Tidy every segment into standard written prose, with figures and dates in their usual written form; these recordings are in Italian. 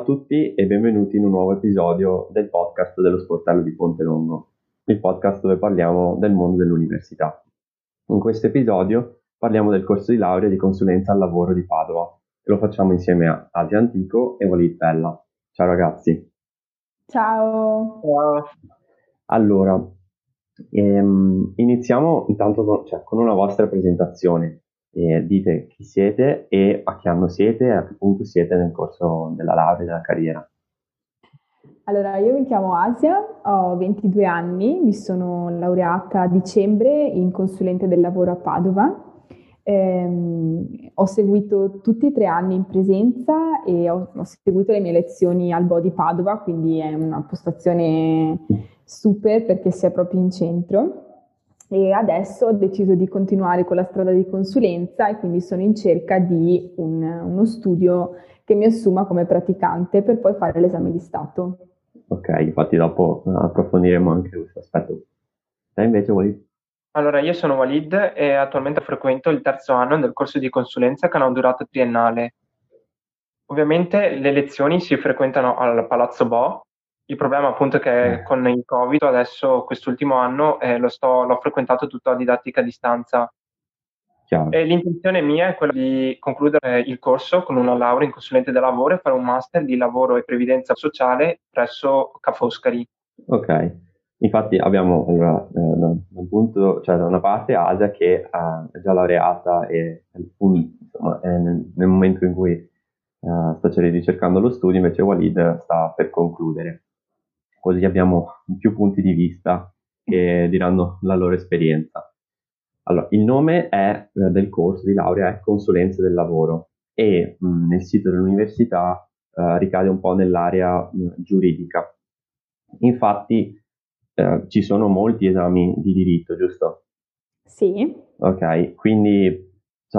tutti e benvenuti in un nuovo episodio del podcast dello Sportello di Pontelongo, il podcast dove parliamo del mondo dell'università. In questo episodio parliamo del corso di laurea di consulenza al lavoro di Padova e lo facciamo insieme a Asia Antico e Walid Bella. Ciao ragazzi. Ciao. Allora, iniziamo intanto con una vostra presentazione. Dite chi siete e a che anno siete e a che punto siete nel corso della laurea e della carriera. Allora, io mi chiamo Asia, ho 22 anni, mi sono laureata a dicembre in consulente del lavoro a Padova. Ho seguito tutti e 3 anni in presenza e ho seguito le mie lezioni al Bodi Padova, quindi è una postazione super perché si è proprio in centro. E adesso ho deciso di continuare con la strada di consulenza e quindi sono in cerca di uno studio che mi assuma come praticante per poi fare l'esame di Stato. Ok, infatti dopo approfondiremo anche questo aspetto. Te invece vuoi? Allora, io sono Walid e attualmente frequento il terzo anno del corso di consulenza che ha una durata triennale. Ovviamente le lezioni si frequentano al Palazzo Bo. Il problema appunto è che con il Covid adesso quest'ultimo anno l'ho frequentato tutto a didattica a distanza. Chiaro. E l'intenzione mia è quella di concludere il corso con una laurea in consulente del lavoro e fare un master di lavoro e previdenza sociale presso Ca' Foscari. Ok, infatti abbiamo allora, da un punto, cioè da una parte Asia che è già laureata e insomma, è nel momento in cui sta ricercando lo studio, invece Walid sta per concludere. Così abbiamo più punti di vista che diranno la loro esperienza. Allora, il nome del corso di laurea è Consulenza del lavoro e nel sito dell'università ricade un po' nell'area giuridica. Infatti ci sono molti esami di diritto, giusto? Sì. Ok, quindi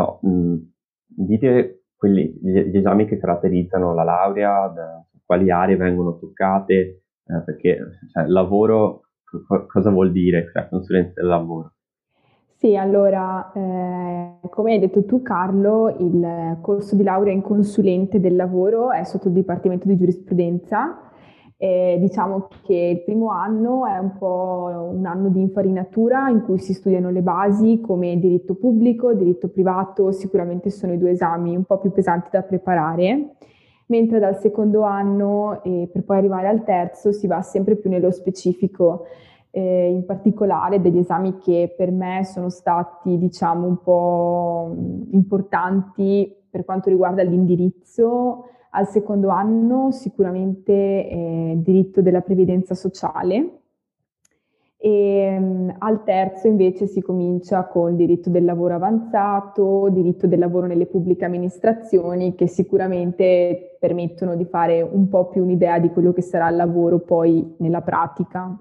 dite gli esami che caratterizzano la laurea, quali aree vengono toccate, perché cioè, lavoro, cosa vuol dire, cioè consulenza del lavoro? Sì, allora, come hai detto tu Carlo, il corso di laurea in consulente del lavoro è sotto il Dipartimento di Giurisprudenza. Diciamo che il primo anno è un po' un anno di infarinatura in cui si studiano le basi come diritto pubblico, diritto privato, sicuramente sono i due esami un po' più pesanti da preparare, mentre dal secondo anno per poi arrivare al terzo si va sempre più nello specifico, in particolare degli esami che per me sono stati, diciamo, un po' importanti per quanto riguarda l'indirizzo. Al secondo anno sicuramente diritto della previdenza sociale e al terzo invece si comincia con diritto del lavoro avanzato, diritto del lavoro nelle pubbliche amministrazioni che sicuramente permettono di fare un po' più un'idea di quello che sarà il lavoro poi nella pratica.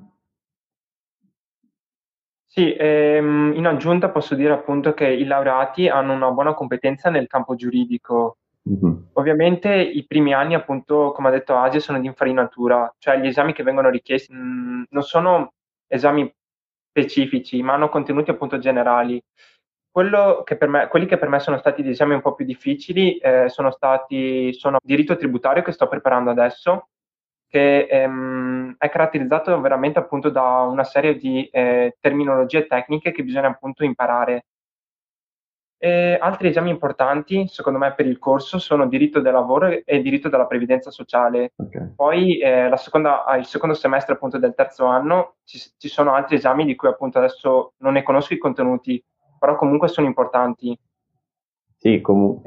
Sì, in aggiunta posso dire appunto che i laureati hanno una buona competenza nel campo giuridico. Mhm. Ovviamente i primi anni, appunto, come ha detto Asia, sono di infarinatura, cioè gli esami che vengono richiesti non sono esami specifici, ma hanno contenuti appunto generali. Quelli che per me sono stati gli esami un po' più difficili sono diritto tributario che sto preparando adesso, che è caratterizzato veramente appunto da una serie di terminologie tecniche che bisogna appunto imparare. Altri esami importanti, secondo me, per il corso sono diritto del lavoro e diritto della previdenza sociale. Ok. Poi il secondo semestre appunto del terzo anno ci sono altri esami di cui appunto adesso non ne conosco i contenuti, però comunque sono importanti. Sì,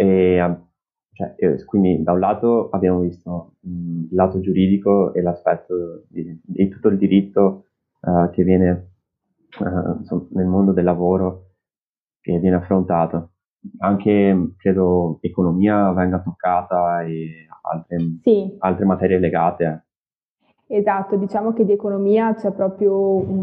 quindi da un lato abbiamo visto il lato giuridico e l'aspetto di tutto il diritto che viene insomma, nel mondo del lavoro che viene affrontato. Anche credo economia venga toccata e Sì. altre materie legate. Esatto, diciamo che di economia c'è proprio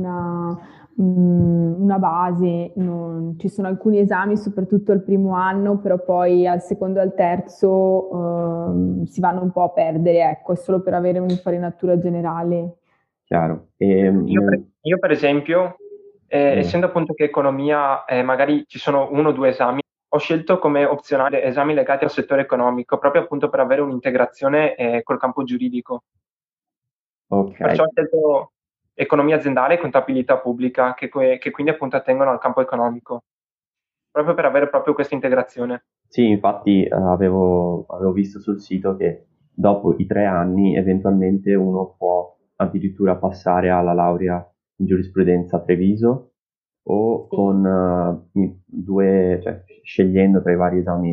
una base, ci sono alcuni esami, soprattutto al primo anno, però poi al secondo e al terzo si vanno un po' a perdere, ecco, è solo per avere un'infarinatura generale. Chiaro. Io per esempio, Mm. essendo appunto che economia magari ci sono uno o due esami ho scelto come opzionale esami legati al settore economico, proprio appunto per avere un'integrazione col campo giuridico. Ok. Perciò ho scelto economia aziendale e contabilità pubblica, che quindi appunto attengono al campo economico, proprio per avere proprio questa integrazione. Sì, infatti avevo visto sul sito che dopo i 3 anni eventualmente uno può addirittura passare alla laurea in giurisprudenza a Treviso o Sì. con cioè, scegliendo tra i vari esami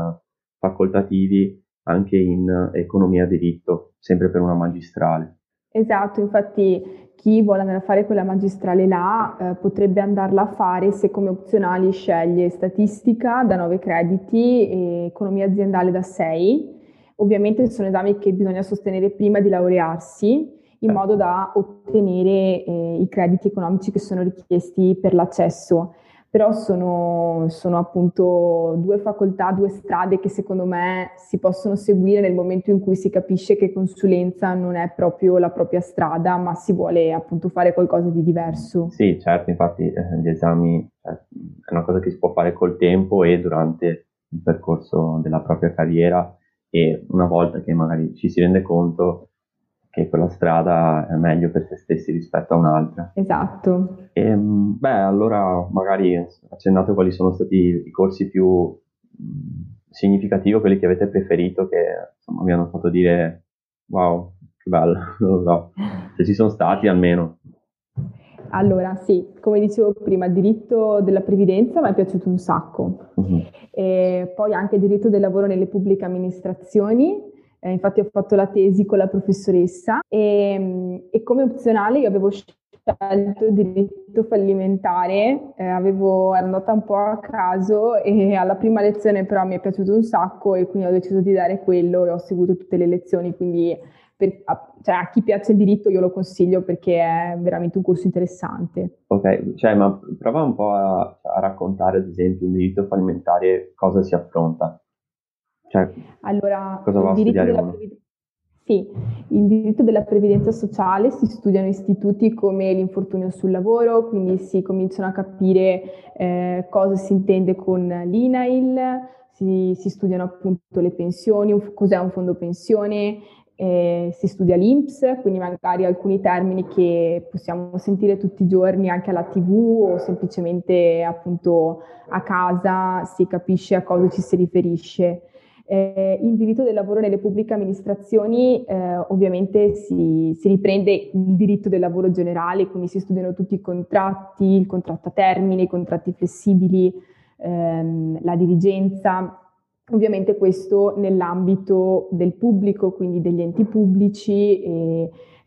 facoltativi anche in economia e diritto, sempre per una magistrale. Esatto, infatti chi vuole andare a fare quella magistrale là potrebbe andarla a fare se come opzionali sceglie statistica da 9 crediti e economia aziendale da 6. Ovviamente sono esami che bisogna sostenere prima di laurearsi in modo da ottenere i crediti economici che sono richiesti per l'accesso. Però sono appunto due facoltà, due strade che secondo me si possono seguire nel momento in cui si capisce che consulenza non è proprio la propria strada, ma si vuole appunto fare qualcosa di diverso. Sì, certo, infatti gli esami è una cosa che si può fare col tempo e durante il percorso della propria carriera e una volta che magari ci si rende conto che quella strada è meglio per se stessi rispetto a un'altra. Esatto. Beh, allora magari accennate quali sono stati i corsi più significativi, quelli che avete preferito, che insomma vi hanno fatto dire wow, che bello, non lo so, se ci sono stati almeno. Allora, sì, come dicevo prima, il diritto della previdenza mi è piaciuto un sacco. Mhm. E poi anche il diritto del lavoro nelle pubbliche amministrazioni, infatti ho fatto la tesi con la professoressa e come opzionale io avevo scelto il diritto fallimentare, ero andata un po' a caso e alla prima lezione però mi è piaciuto un sacco e quindi ho deciso di dare quello e ho seguito tutte le lezioni, quindi cioè, a chi piace il diritto io lo consiglio perché è veramente un corso interessante. Ok, cioè, ma prova un po' a raccontare, ad esempio, in diritto fallimentare cosa si affronta. Cioè, Allora, cosa va a studiare uno? sì, in diritto della previdenza sociale si studiano istituti come l'infortunio sul lavoro, quindi si cominciano a capire cosa si intende con l'INAIL, si studiano appunto le pensioni, cos'è un fondo pensione, si studia l'INPS, quindi magari alcuni termini che possiamo sentire tutti i giorni anche alla TV o semplicemente appunto a casa si capisce a cosa ci si riferisce. Il diritto del lavoro nelle pubbliche amministrazioni ovviamente si riprende il diritto del lavoro generale, quindi si studiano tutti i contratti, il contratto a termine, i contratti flessibili, la dirigenza. Ovviamente questo nell'ambito del pubblico, quindi degli enti pubblici e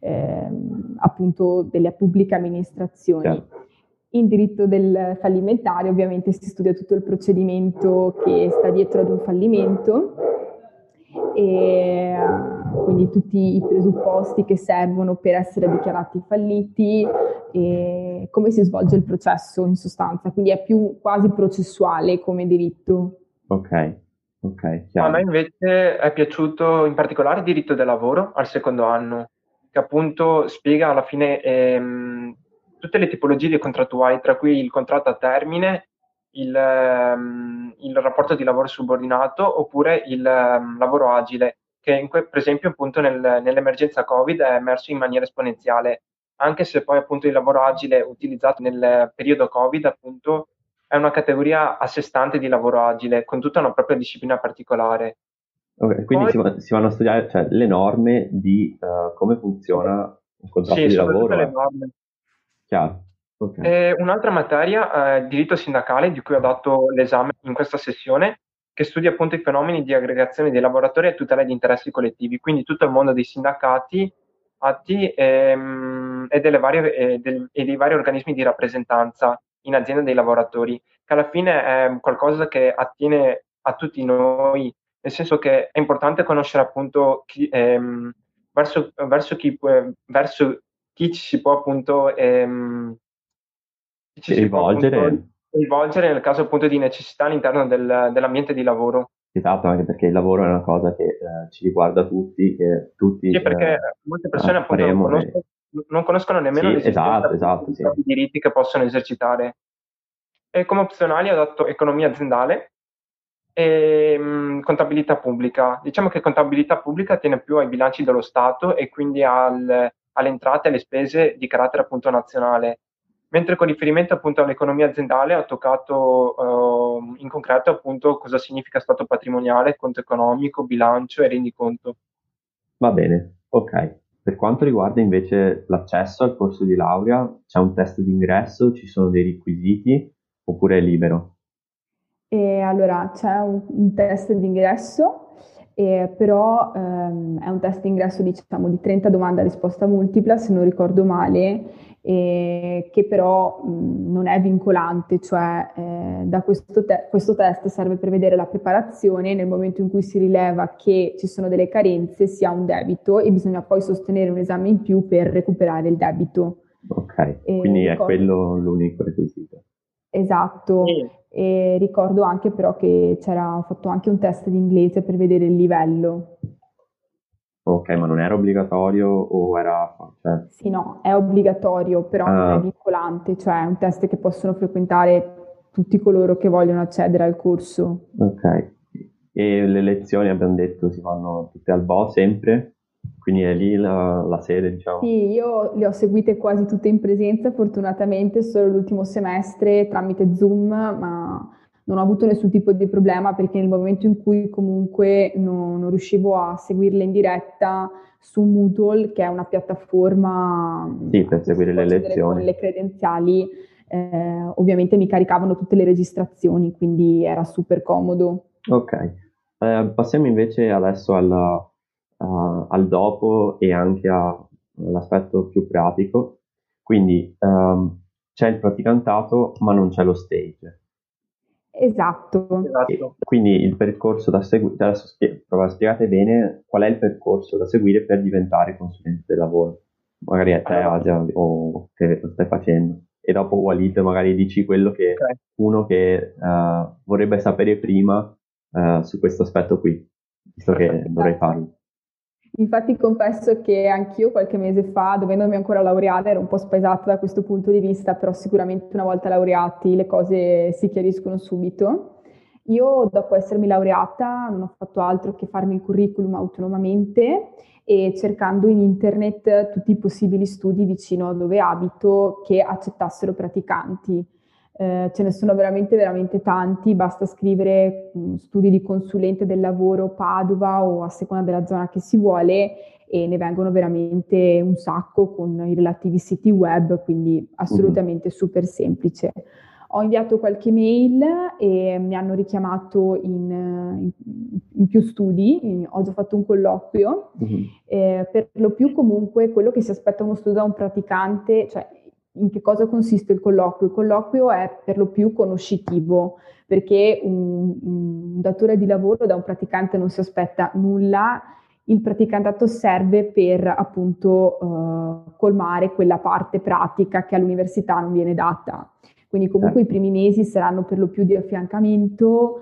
appunto delle pubbliche amministrazioni. Certo. In diritto del fallimentare ovviamente si studia tutto il procedimento che sta dietro ad un fallimento e quindi tutti i presupposti che servono per essere dichiarati falliti e come si svolge il processo in sostanza, quindi è più quasi processuale come diritto. Ok, ok, A me chiaro. invece è piaciuto in particolare il diritto del lavoro al secondo anno, che appunto spiega alla fine tutte le tipologie di contrattuali, tra cui il contratto a termine, il rapporto di lavoro subordinato oppure il lavoro agile, che per esempio appunto nell'emergenza Covid è emerso in maniera esponenziale, anche se poi appunto il lavoro agile utilizzato nel periodo Covid appunto è una categoria a sé stante di lavoro agile, con tutta una propria disciplina particolare. Ok, quindi Poi, si vanno a studiare, cioè, le norme di come funziona un contratto sì, di soprattutto lavoro, le norme. chiaro. Ok, E un'altra materia è il diritto sindacale, di cui ho dato l'esame in questa sessione, che studia appunto i fenomeni di aggregazione dei lavoratori e tutela di interessi collettivi, quindi tutto il mondo dei sindacati, atti e dei vari organismi di rappresentanza in azienda dei lavoratori, che alla fine è qualcosa che attiene a tutti noi, nel senso che è importante conoscere appunto verso chi ci si può appunto ci si può appunto rivolgere. rivolgere nel caso appunto di necessità all'interno dell'ambiente di lavoro. Esatto, anche perché il lavoro è una cosa che ci riguarda tutti, che tutti Sì, perché molte persone appunto faremo. non conoscono nemmeno Sì, l'esistenza appunto esatto, dei sì. propri diritti che possono esercitare. E come opzionali ho dato economia aziendale, e contabilità pubblica. Diciamo che contabilità pubblica tiene più ai bilanci dello Stato e quindi alle entrate e alle spese di carattere appunto nazionale, mentre con riferimento appunto all'economia aziendale ho toccato in concreto appunto cosa significa stato patrimoniale, conto economico, bilancio e rendiconto. Va bene, ok. Per quanto riguarda invece l'accesso al corso di laurea, c'è un test d'ingresso, ci sono dei requisiti oppure è libero? E allora c'è un test d'ingresso, però è un test d'ingresso diciamo di 30 domande a risposta multipla, se non ricordo male, che però non è vincolante, cioè da questo test serve per vedere la preparazione. Nel momento in cui si rileva che ci sono delle carenze, si ha un debito e bisogna poi sostenere un esame in più per recuperare il debito. Ok, quindi è quello l'unico requisito. Esatto. Sì. E ricordo anche però che ho fatto anche un test di inglese per vedere il livello. Ok, ma non era obbligatorio o era... Cioè... Sì, no, è obbligatorio, però non è vincolante, cioè è un test che possono frequentare tutti coloro che vogliono accedere al corso. Ok, e le lezioni abbiamo detto si fanno tutte al BO sempre, quindi è lì la sede, diciamo. Sì, io le ho seguite quasi tutte in presenza, fortunatamente solo l'ultimo semestre tramite Zoom, ma non ho avuto nessun tipo di problema perché nel momento in cui comunque non riuscivo a seguirle in diretta su Moodle, che è una piattaforma Sì, per seguire le lezioni con le credenziali, ovviamente mi caricavano tutte le registrazioni, quindi era super comodo. Ok, passiamo invece adesso al dopo e anche all'aspetto più pratico. Quindi c'è il praticantato, ma non c'è lo stage. Esatto. Quindi il percorso da seguire, adesso spiegate bene qual è il percorso da seguire per diventare consulente del lavoro. Magari a te, Asia, o che lo stai facendo. E dopo Walid magari dici quello che uno che vorrebbe sapere prima su questo aspetto qui, visto che dovrei farlo. Infatti confesso che anch'io qualche mese fa, dovendomi ancora laureare, ero un po' spaesata da questo punto di vista, però sicuramente una volta laureati le cose si chiariscono subito. Io dopo essermi laureata non ho fatto altro che farmi il curriculum autonomamente e cercando in internet tutti i possibili studi vicino a dove abito che accettassero praticanti. Ce ne sono veramente, veramente tanti, basta scrivere studi di consulente del lavoro Padova o a seconda della zona che si vuole e ne vengono veramente un sacco con i relativi siti web, quindi assolutamente super semplice. Ho inviato qualche mail e mi hanno richiamato in più studi, ho già fatto un colloquio, per lo più comunque quello che si aspetta uno studio da un praticante, cioè in che cosa consiste il colloquio? Il colloquio è per lo più conoscitivo, perché un datore di lavoro da un praticante non si aspetta nulla, il praticantato serve per appunto colmare quella parte pratica che all'università non viene data. Quindi comunque i primi mesi saranno per lo più di affiancamento,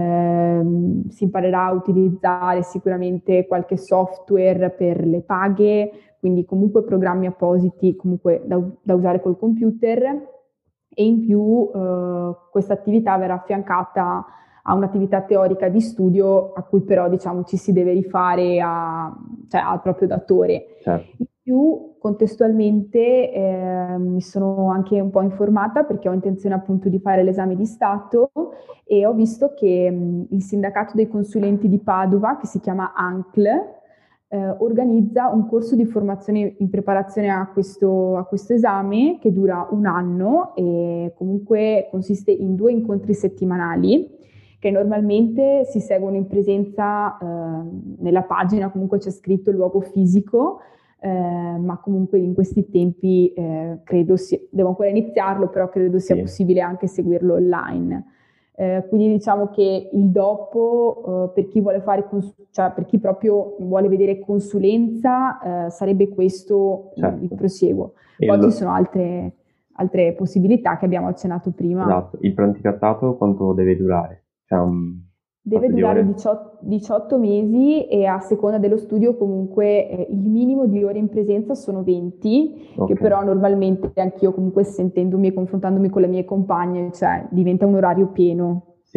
si imparerà a utilizzare sicuramente qualche software per le paghe, quindi comunque programmi appositi comunque da usare col computer e in più questa attività verrà affiancata a un'attività teorica di studio a cui però diciamo ci si deve rifare al proprio datore. Certo. In più contestualmente mi sono anche un po' informata perché ho intenzione appunto di fare l'esame di Stato e ho visto che il sindacato dei consulenti di Padova, che si chiama ANCL, organizza un corso di formazione in preparazione a questo esame che dura un anno e comunque consiste in 2 incontri settimanali che normalmente si seguono in presenza, nella pagina comunque c'è scritto il luogo fisico, ma comunque in questi tempi devo ancora iniziarlo, però credo sia possibile anche seguirlo online. Quindi diciamo che il dopo per chi vuole fare per chi proprio vuole vedere consulenza sarebbe questo il prosieguo. Poi ci sono altre possibilità che abbiamo accennato prima. Esatto, il praticantato quanto deve durare? Deve durare 18 mesi e a seconda dello studio comunque il minimo di ore in presenza sono 20, che però normalmente anch'io comunque sentendomi e confrontandomi con le mie compagne, cioè diventa un orario pieno. Sì,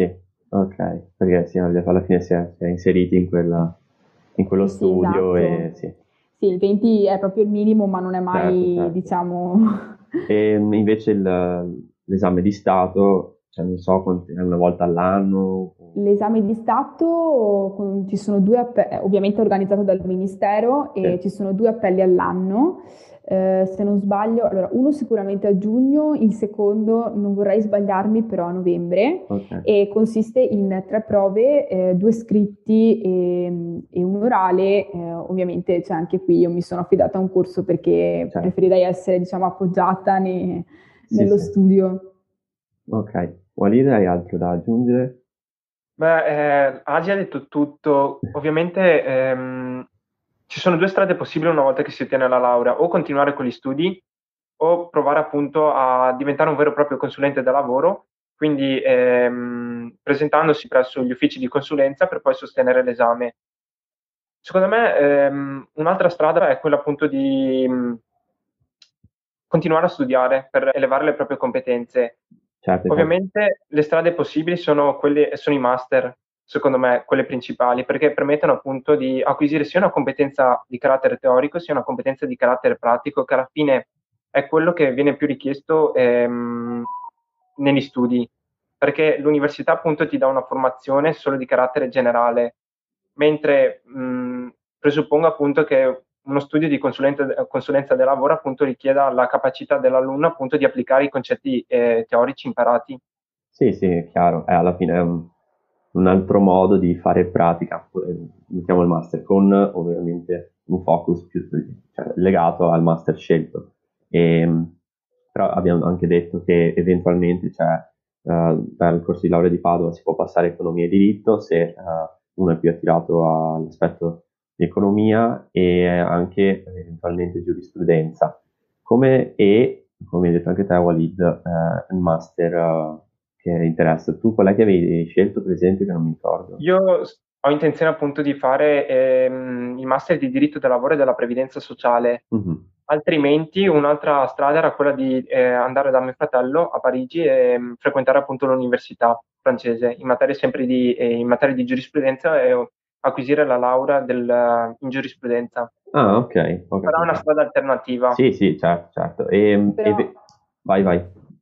Ok, perché sì, alla fine si è inseriti in quello Sì, sì, studio esatto. e sì, Sì, il 20 è proprio il minimo, ma non è certo, mai, certo. diciamo. E invece l'esame di Stato, cioè non so, è una volta all'anno? L'esame di Stato, ci sono due ovviamente organizzato dal Ministero e Sì, ci sono due appelli all'anno. Se non sbaglio, allora uno sicuramente a giugno, il secondo non vorrei sbagliarmi, però a novembre, ok, e consiste in tre prove, due scritti e un orale. Ovviamente, cioè, anche qui io mi sono affidata a un corso perché certo. preferirei essere, diciamo, appoggiata Sì, nello sì. studio. Ok. Walid, hai altro da aggiungere? Beh, Asia ha detto tutto. Ovviamente ci sono due strade possibili una volta che si ottiene la laurea: o continuare con gli studi o provare appunto a diventare un vero e proprio consulente da lavoro, quindi presentandosi presso gli uffici di consulenza per poi sostenere l'esame. Secondo me un'altra strada è quella appunto di continuare a studiare per elevare le proprie competenze. Certo, infatti. Ovviamente le strade possibili sono i master, secondo me, quelle principali, perché permettono appunto di acquisire sia una competenza di carattere teorico, sia una competenza di carattere pratico, che alla fine è quello che viene più richiesto negli studi, perché l'università appunto ti dà una formazione solo di carattere generale, mentre presuppongo appunto che uno studio di consulenza del lavoro appunto richieda la capacità dell'alunno appunto di applicare i concetti teorici imparati. Sì, sì, è chiaro. Alla fine è un altro modo di fare pratica, mettiamo il master, con ovviamente un focus più cioè, legato al master scelto. E, però abbiamo anche detto che eventualmente, cioè, per il corso di laurea di Padova si può passare economia e diritto se uno è più attirato all'aspetto di economia e anche eventualmente giurisprudenza. Come hai detto anche te, Walid, il master che interessa. Tu qual è che avevi scelto, per esempio, che non mi ricordo? Ho intenzione appunto di fare il master di diritto del lavoro e della previdenza sociale. Mhm. Altrimenti un'altra strada era quella di andare da mio fratello a Parigi e frequentare appunto l'università francese in materia di giurisprudenza e acquisire la laurea in giurisprudenza. Ah, ok, ho Però è una capito. strada alternativa. Sì, sì, certo, certo. Però Vai, vai.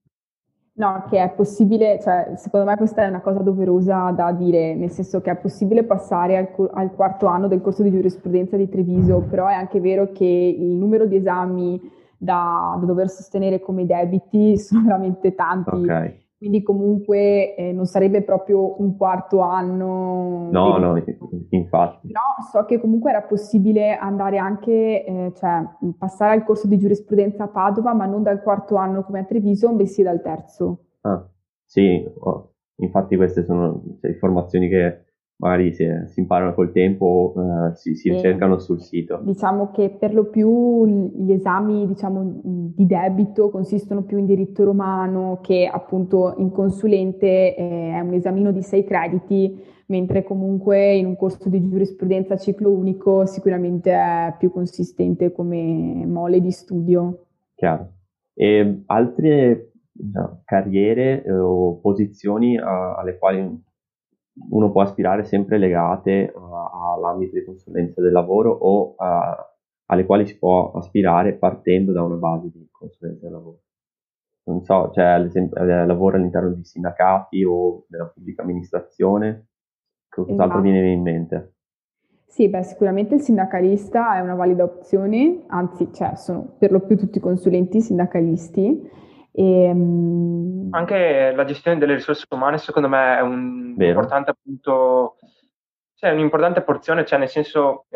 no, che è possibile, cioè, secondo me questa è una cosa doverosa da dire, nel senso che è possibile passare al quarto anno del corso di giurisprudenza di Treviso, però è anche vero che il numero di esami da dover sostenere come debiti sono veramente Ok. tanti, quindi comunque non sarebbe proprio un quarto anno No, no, dedito. infatti. Però so che comunque era possibile andare anche, cioè passare al corso di giurisprudenza a Padova, ma non dal quarto anno come a Treviso, bensì dal terzo. Ah, sì, infatti queste sono informazioni che magari si imparano col tempo o si E ricercano sul sito. diciamo che per lo più gli esami, diciamo, di debito consistono più in diritto romano che appunto in consulente è un esamino di 6 crediti, mentre comunque in un corso di giurisprudenza a ciclo unico sicuramente è più consistente come mole di studio. Chiaro. E altre diciamo, carriere o posizioni alle quali uno può aspirare sempre legate all'ambito di consulenza del lavoro o alle quali si può aspirare partendo da una base di consulenza del lavoro. Non so, cioè ad esempio, lavoro all'interno di sindacati o della pubblica amministrazione, cos'altro Esatto. viene in mente? Sì, beh, sicuramente il sindacalista è una valida opzione, anzi, cioè, sono per lo più tutti consulenti sindacalisti. E, Anche la gestione delle risorse umane, secondo me, è Vero? cioè un'importante porzione, cioè nel senso,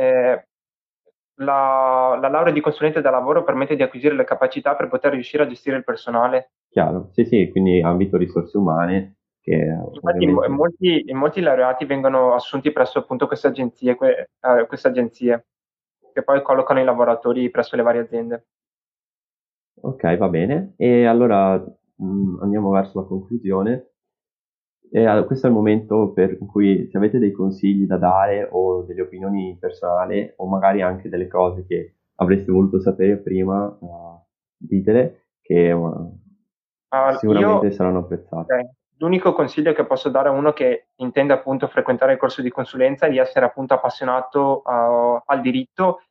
la laurea di consulente da lavoro permette di acquisire le capacità per poter riuscire a gestire il personale. Chiaro. Sì, sì, quindi ambito risorse umane che Infatti, ovviamente. molti laureati vengono assunti presso appunto queste agenzie, che poi collocano i lavoratori presso le varie aziende. Ok, va bene. E allora andiamo verso la conclusione. Questo è il momento in cui se avete dei consigli da dare o delle opinioni personali o magari anche delle cose che avreste voluto sapere prima, ditele che Ah, sicuramente saranno apprezzate. ok. l'unico consiglio che posso dare a uno che intende appunto frequentare il corso di consulenza è di essere appunto appassionato al diritto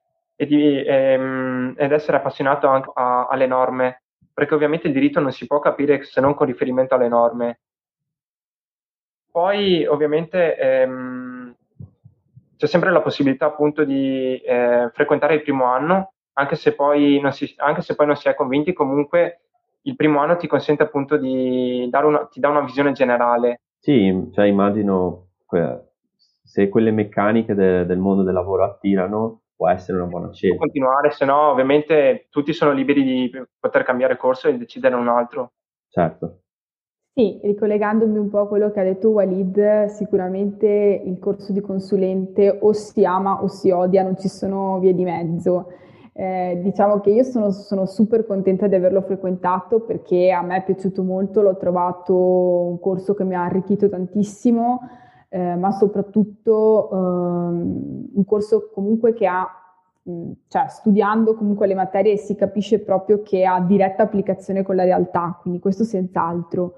ed essere appassionato anche alle norme, perché ovviamente il diritto non si può capire se non con riferimento alle norme. Poi ovviamente c'è sempre la possibilità appunto di frequentare il primo anno, anche se poi non si è convinti, comunque il primo anno ti consente appunto ti dà una visione generale. Sì, cioè immagino se quelle meccaniche del mondo del lavoro attirano, può essere una buona Può scelta. continuare, se no ovviamente tutti sono liberi di poter cambiare corso e decidere un altro. Certo, Sì, ricollegandomi un po' a quello che ha detto Walid, sicuramente il corso di consulente o si ama o si odia, non ci sono vie di mezzo. Diciamo che io sono super contenta di averlo frequentato perché a me è piaciuto molto, l'ho trovato un corso che mi ha arricchito tantissimo, ma soprattutto un corso comunque che ha, cioè studiando comunque le materie si capisce proprio che ha diretta applicazione con la realtà, quindi questo senz'altro.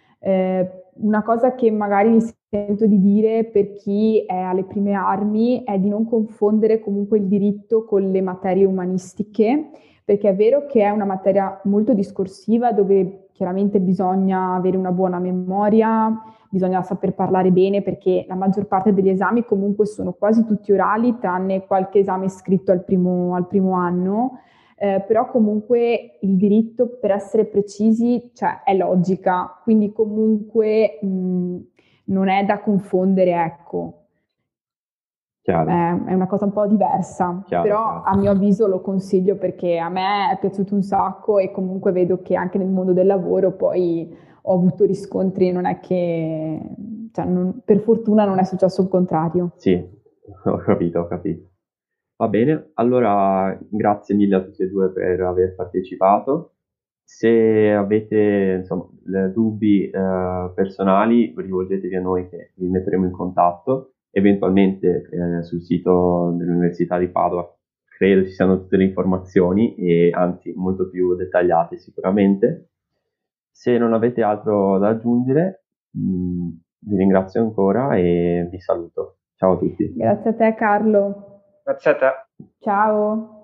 Una cosa che magari mi sento di dire per chi è alle prime armi è di non confondere comunque il diritto con le materie umanistiche, perché è vero che è una materia molto discorsiva dove chiaramente bisogna avere una buona memoria, bisogna saper parlare bene perché la maggior parte degli esami comunque sono quasi tutti orali, tranne qualche esame scritto al primo anno. Però comunque il diritto, per essere precisi, cioè, è logica, quindi comunque non è da confondere, ecco. chiaro, È una cosa un po' diversa, chiaro, però chiaro. a mio avviso lo consiglio perché a me è piaciuto un sacco e comunque vedo che anche nel mondo del lavoro poi ho avuto riscontri, non è che, cioè, per fortuna non è successo il contrario. Sì, ho capito, ho capito. Va bene, allora grazie mille a tutti e due per aver partecipato. Se avete insomma, dubbi personali, rivolgetevi a noi che vi metteremo in contatto. Eventualmente sul sito dell'Università di Padova credo ci siano tutte le informazioni e anzi molto più dettagliate sicuramente. Se non avete altro da aggiungere, vi ringrazio ancora e vi saluto. Ciao a tutti. Grazie a te Carlo, Grazie a te. ciao.